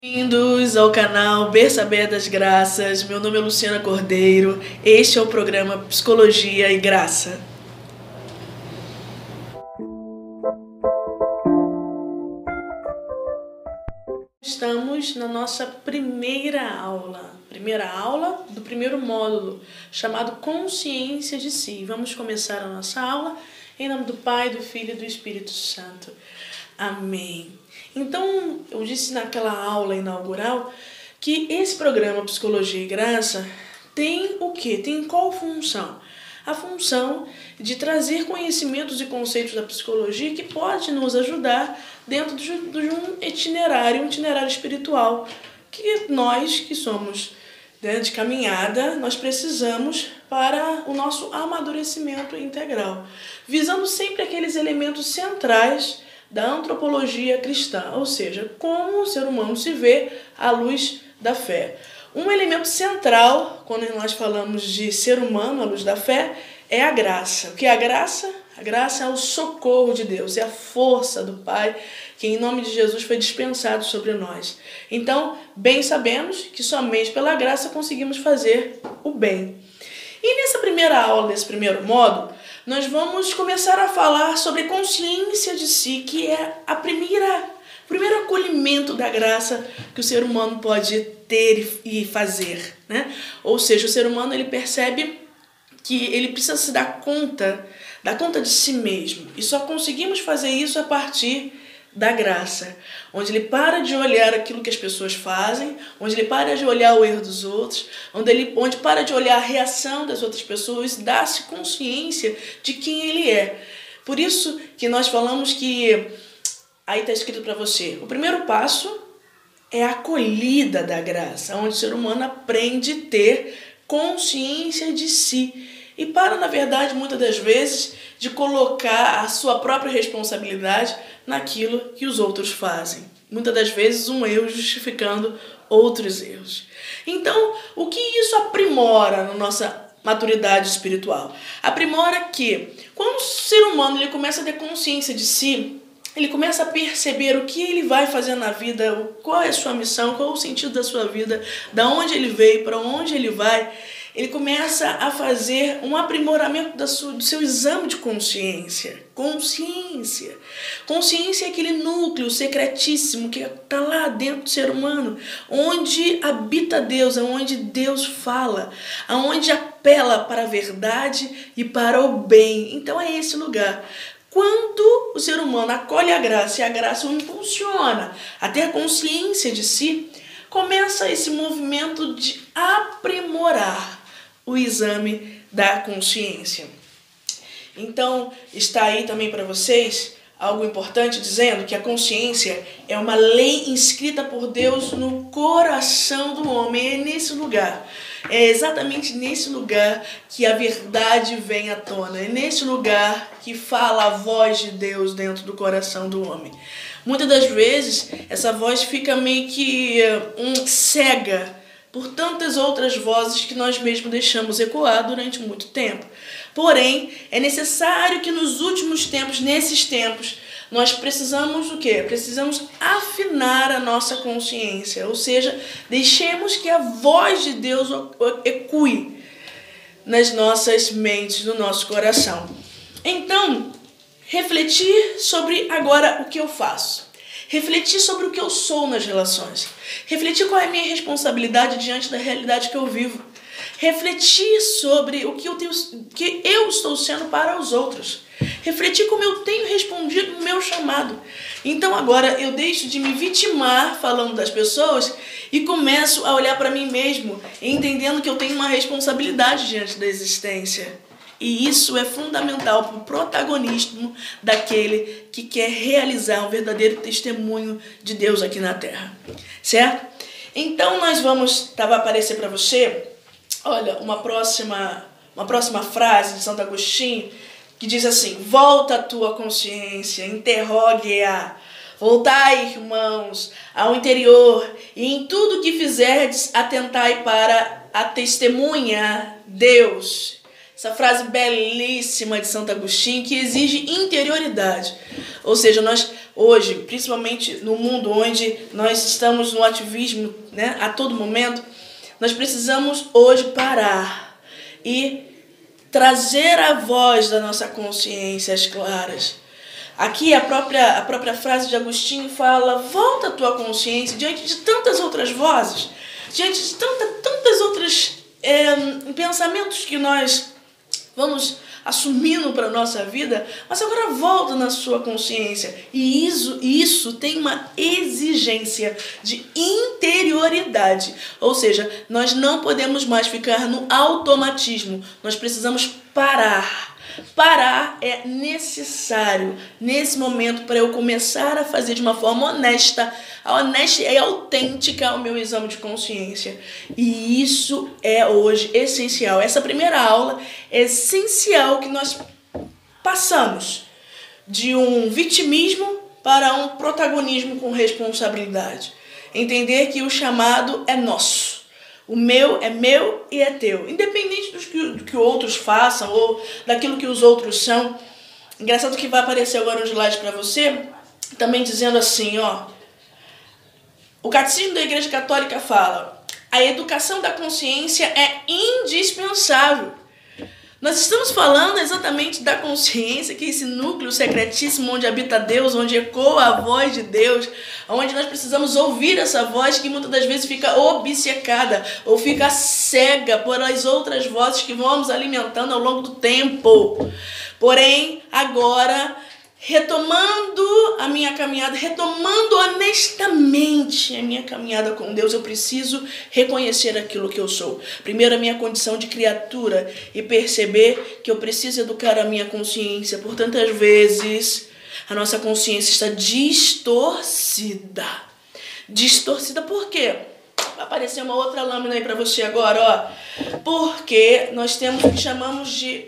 Bem-vindos ao canal Berçabeia das Graças. Meu nome é Luciana Cordeiro. Este é o programa Psicologia e Graça. Estamos na nossa primeira aula do primeiro módulo, chamado Consciência de Si. Vamos começar a nossa aula em nome do Pai, do Filho e do Espírito Santo. Amém. Então, eu disse naquela aula inaugural que esse programa Psicologia e Graça tem o quê? Tem qual função? A função de trazer conhecimentos e conceitos da psicologia que pode nos ajudar dentro de um itinerário espiritual que nós, que somos de caminhada, nós precisamos para o nosso amadurecimento integral, visando sempre aqueles elementos centrais da antropologia cristã, ou seja, como o ser humano se vê à luz da fé. Um elemento central, quando nós falamos de ser humano à luz da fé, é a graça. O que é a graça? A graça é o socorro de Deus, é a força do Pai que em nome de Jesus foi dispensado sobre nós. Então, bem sabemos que somente pela graça conseguimos fazer o bem. E nessa primeira aula, nesse primeiro módulo, nós vamos começar a falar sobre consciência de si, que é o primeiro acolhimento da graça que o ser humano pode ter e fazer, né? Ou seja, o ser humano ele percebe que ele precisa se dar conta de si mesmo. E só conseguimos fazer isso a partir da graça, onde ele para de olhar aquilo que as pessoas fazem, onde ele para de olhar o erro dos outros, onde para de olhar a reação das outras pessoas, dá-se consciência de quem ele é. Por isso que nós falamos que, aí está escrito para você, o primeiro passo é a acolhida da graça, onde o ser humano aprende a ter consciência de si. E para, na verdade, muitas das vezes, de colocar a sua própria responsabilidade naquilo que os outros fazem. Muitas das vezes um erro justificando outros erros. Então, o que isso aprimora na nossa maturidade espiritual? Aprimora que, quando o ser humano ele começa a ter consciência de si, ele começa a perceber o que ele vai fazer na vida, qual é a sua missão, qual é o sentido da sua vida, da onde ele veio, para onde ele vai. Ele começa a fazer um aprimoramento do seu exame de consciência. Consciência é aquele núcleo secretíssimo que está lá dentro do ser humano, onde habita Deus, onde Deus fala, onde apela para a verdade e para o bem. Então é esse lugar. Quando o ser humano acolhe a graça e a graça o impulsiona a ter consciência de si, começa esse movimento de aprimorar o exame da consciência. Então, está aí também para vocês algo importante dizendo que a consciência é uma lei inscrita por Deus no coração do homem. É nesse lugar, é exatamente nesse lugar que a verdade vem à tona. É nesse lugar que fala a voz de Deus dentro do coração do homem. Muitas das vezes, essa voz fica meio que cega por tantas outras vozes que nós mesmos deixamos ecoar durante muito tempo. Porém, é necessário que nos últimos tempos, nesses tempos, nós precisamos o quê? Precisamos afinar a nossa consciência, ou seja, deixemos que a voz de Deus ecoe nas nossas mentes, no nosso coração. Então, refletir sobre agora o que eu faço. Refletir sobre o que eu sou nas relações. Refletir qual é a minha responsabilidade diante da realidade que eu vivo. Refletir sobre o que eu estou sendo para os outros. Refletir como eu tenho respondido no meu chamado. Então agora eu deixo de me vitimar falando das pessoas e começo a olhar para mim mesmo, entendendo que eu tenho uma responsabilidade diante da existência. E isso é fundamental para o protagonismo daquele que quer realizar um verdadeiro testemunho de Deus aqui na Terra. Certo? Então nós vai aparecer para você, olha, uma próxima frase de Santo Agostinho, que diz assim: volta a tua consciência, interrogue-a. Voltai, irmãos, ao interior, e em tudo que fizerdes, atentai para a testemunha Deus. Essa frase belíssima de Santo Agostinho que exige interioridade. Ou seja, nós hoje, principalmente no mundo onde nós estamos no ativismo, né, a todo momento, nós precisamos hoje parar e trazer a voz da nossa consciência às claras. Aqui a própria frase de Agostinho fala: volta a tua consciência diante de tantas outras vozes, diante de tantas outras pensamentos que nós vamos assumindo para a nossa vida, mas agora volta na sua consciência. E isso tem uma exigência de interioridade. Ou seja, nós não podemos mais ficar no automatismo. Nós precisamos parar. Parar é necessário nesse momento para eu começar a fazer de uma forma honesta e autêntica o meu exame de consciência. E isso é hoje essencial. Essa primeira aula é essencial que nós passamos de um vitimismo para um protagonismo com responsabilidade. Entender que o chamado é nosso. O meu é meu e é teu. Independente do que outros façam ou daquilo que os outros são. Engraçado que vai aparecer agora um slide para você, também dizendo assim, ó. O Catecismo da Igreja Católica fala: a educação da consciência é indispensável. Nós estamos falando exatamente da consciência, que é esse núcleo secretíssimo onde habita Deus, onde ecoa a voz de Deus, onde nós precisamos ouvir essa voz que muitas das vezes fica obcecada ou fica cega por as outras vozes que vamos alimentando ao longo do tempo. Porém, agora, retomando a minha caminhada, retomando honestamente a minha caminhada com Deus, eu preciso reconhecer aquilo que eu sou. Primeiro, a minha condição de criatura e perceber que eu preciso educar a minha consciência. Por tantas vezes, a nossa consciência está distorcida. Distorcida por quê? Vai aparecer uma outra lâmina aí para você agora, ó. Porque nós temos o que chamamos de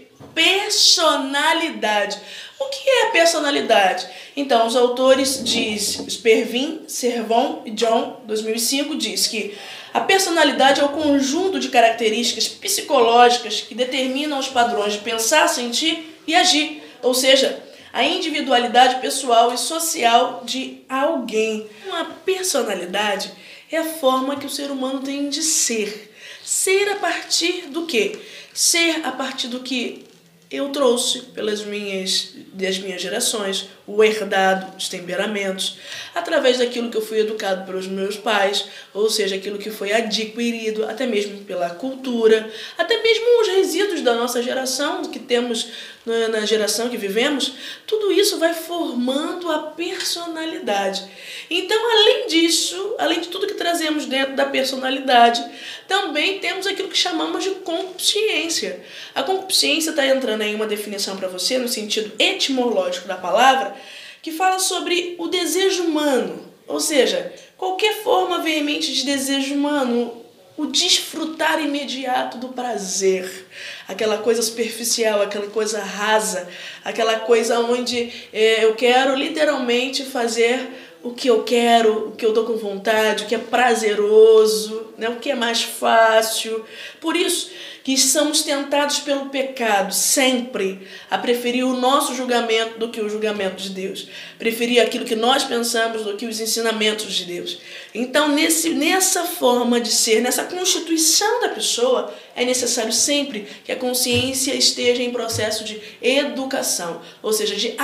personalidade. O que é personalidade? Então, os autores dizem, Spervin, Servon e John, 2005, diz que a personalidade é o conjunto de características psicológicas que determinam os padrões de pensar, sentir e agir. Ou seja, a individualidade pessoal e social de alguém. Uma personalidade é a forma que o ser humano tem de ser. Ser a partir do quê? Ser a partir do que eu trouxe das minhas gerações, o herdado, os temperamentos, através daquilo que eu fui educado pelos meus pais, ou seja, aquilo que foi adquirido, até mesmo pela cultura, até mesmo os resíduos da nossa geração, que temos na geração que vivemos, tudo isso vai formando a personalidade. Então, além disso, além de tudo que trazemos dentro da personalidade, também temos aquilo que chamamos de concupiscência. A concupiscência está entrando aí uma definição para você, no sentido etimológico da palavra, que fala sobre o desejo humano, ou seja, qualquer forma veemente de desejo humano, o desfrutar imediato do prazer, aquela coisa superficial, aquela coisa rasa, aquela coisa onde eu quero literalmente fazer o que eu quero, o que eu dou com vontade, o que é prazeroso, né? O que é mais fácil. Por isso que somos tentados pelo pecado sempre a preferir o nosso julgamento do que o julgamento de Deus. Preferir aquilo que nós pensamos do que os ensinamentos de Deus. Então, nessa forma de ser, nessa constituição da pessoa, é necessário sempre que a consciência esteja em processo de educação, ou seja, de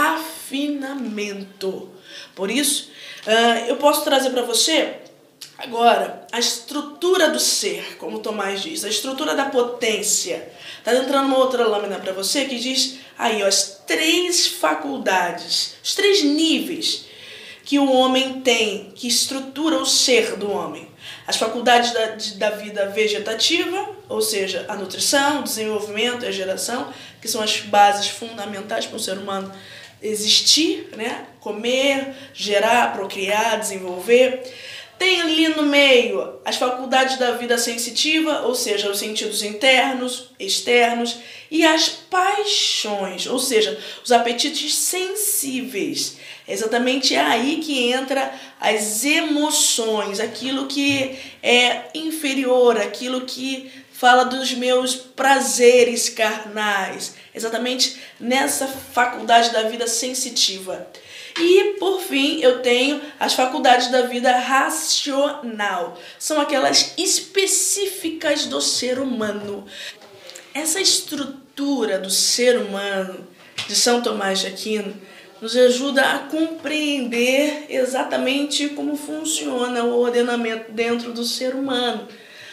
afinamento. Por isso, eu posso trazer para você agora a estrutura do ser, como Tomás diz, a estrutura da potência. Está entrando uma outra lâmina para você que diz aí, ó, as 3 faculdades, os 3 níveis que o homem tem, que estrutura o ser do homem. As faculdades da vida vegetativa, ou seja, a nutrição, o desenvolvimento e a geração, que são as bases fundamentais para o ser humano existir, né? Comer, gerar, procriar, desenvolver. Tem ali no meio as faculdades da vida sensitiva, ou seja, os sentidos internos, externos, e as paixões, ou seja, os apetites sensíveis. É exatamente aí que entra as emoções, aquilo que é inferior, aquilo que fala dos meus prazeres carnais, exatamente nessa faculdade da vida sensitiva. E, por fim, eu tenho as faculdades da vida racional. São aquelas específicas do ser humano. Essa estrutura do ser humano de São Tomás de Aquino nos ajuda a compreender exatamente como funciona o ordenamento dentro do ser humano,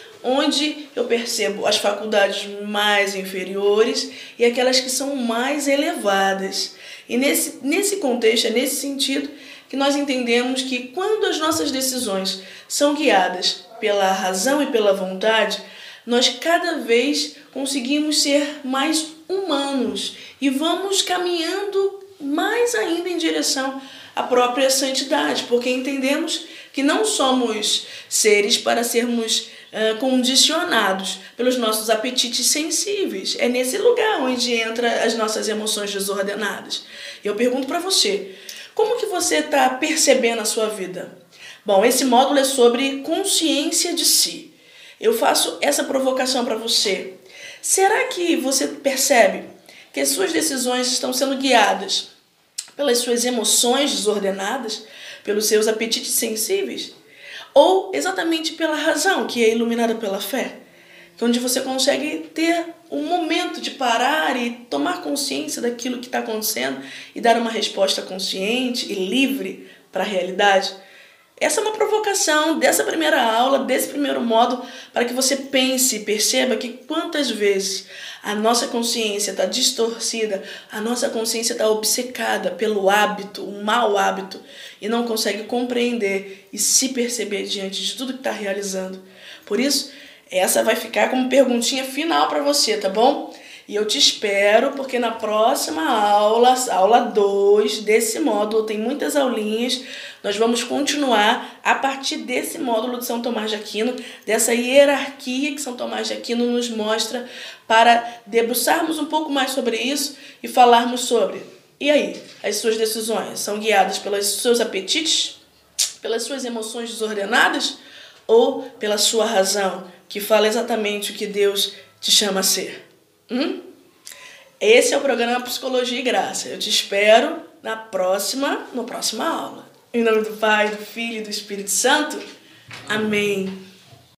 onde eu percebo as faculdades mais inferiores e aquelas que são mais elevadas. E nesse contexto, é nesse sentido que nós entendemos que quando as nossas decisões são guiadas pela razão e pela vontade, nós cada vez conseguimos ser mais humanos e vamos caminhando mais ainda em direção à própria santidade, porque entendemos que não somos seres para sermos condicionados pelos nossos apetites sensíveis. É nesse lugar onde entram as nossas emoções desordenadas. E eu pergunto para você, como que você está percebendo a sua vida? Bom, esse módulo é sobre consciência de si. Eu faço essa provocação para você. Será que você percebe que as suas decisões estão sendo guiadas pelas suas emoções desordenadas, pelos seus apetites sensíveis? Ou exatamente pela razão, que é iluminada pela fé, onde você consegue ter um momento de parar e tomar consciência daquilo que está acontecendo e dar uma resposta consciente e livre para a realidade? Essa é uma provocação dessa primeira aula, desse primeiro módulo, para que você pense e perceba que quantas vezes a nossa consciência está distorcida, a nossa consciência está obcecada pelo hábito, o mau hábito, e não consegue compreender e se perceber diante de tudo que está realizando. Por isso, essa vai ficar como perguntinha final para você, tá bom? E eu te espero, porque na próxima aula, aula 2 desse módulo, tem muitas aulinhas, nós vamos continuar a partir desse módulo de São Tomás de Aquino, dessa hierarquia que São Tomás de Aquino nos mostra, para debruçarmos um pouco mais sobre isso e falarmos sobre, e aí, as suas decisões são guiadas pelos seus apetites, pelas suas emoções desordenadas ou pela sua razão, que fala exatamente o que Deus te chama a ser? Esse é o programa Psicologia e Graça. Eu te espero na próxima aula. Em nome do Pai, do Filho e do Espírito Santo. Amém.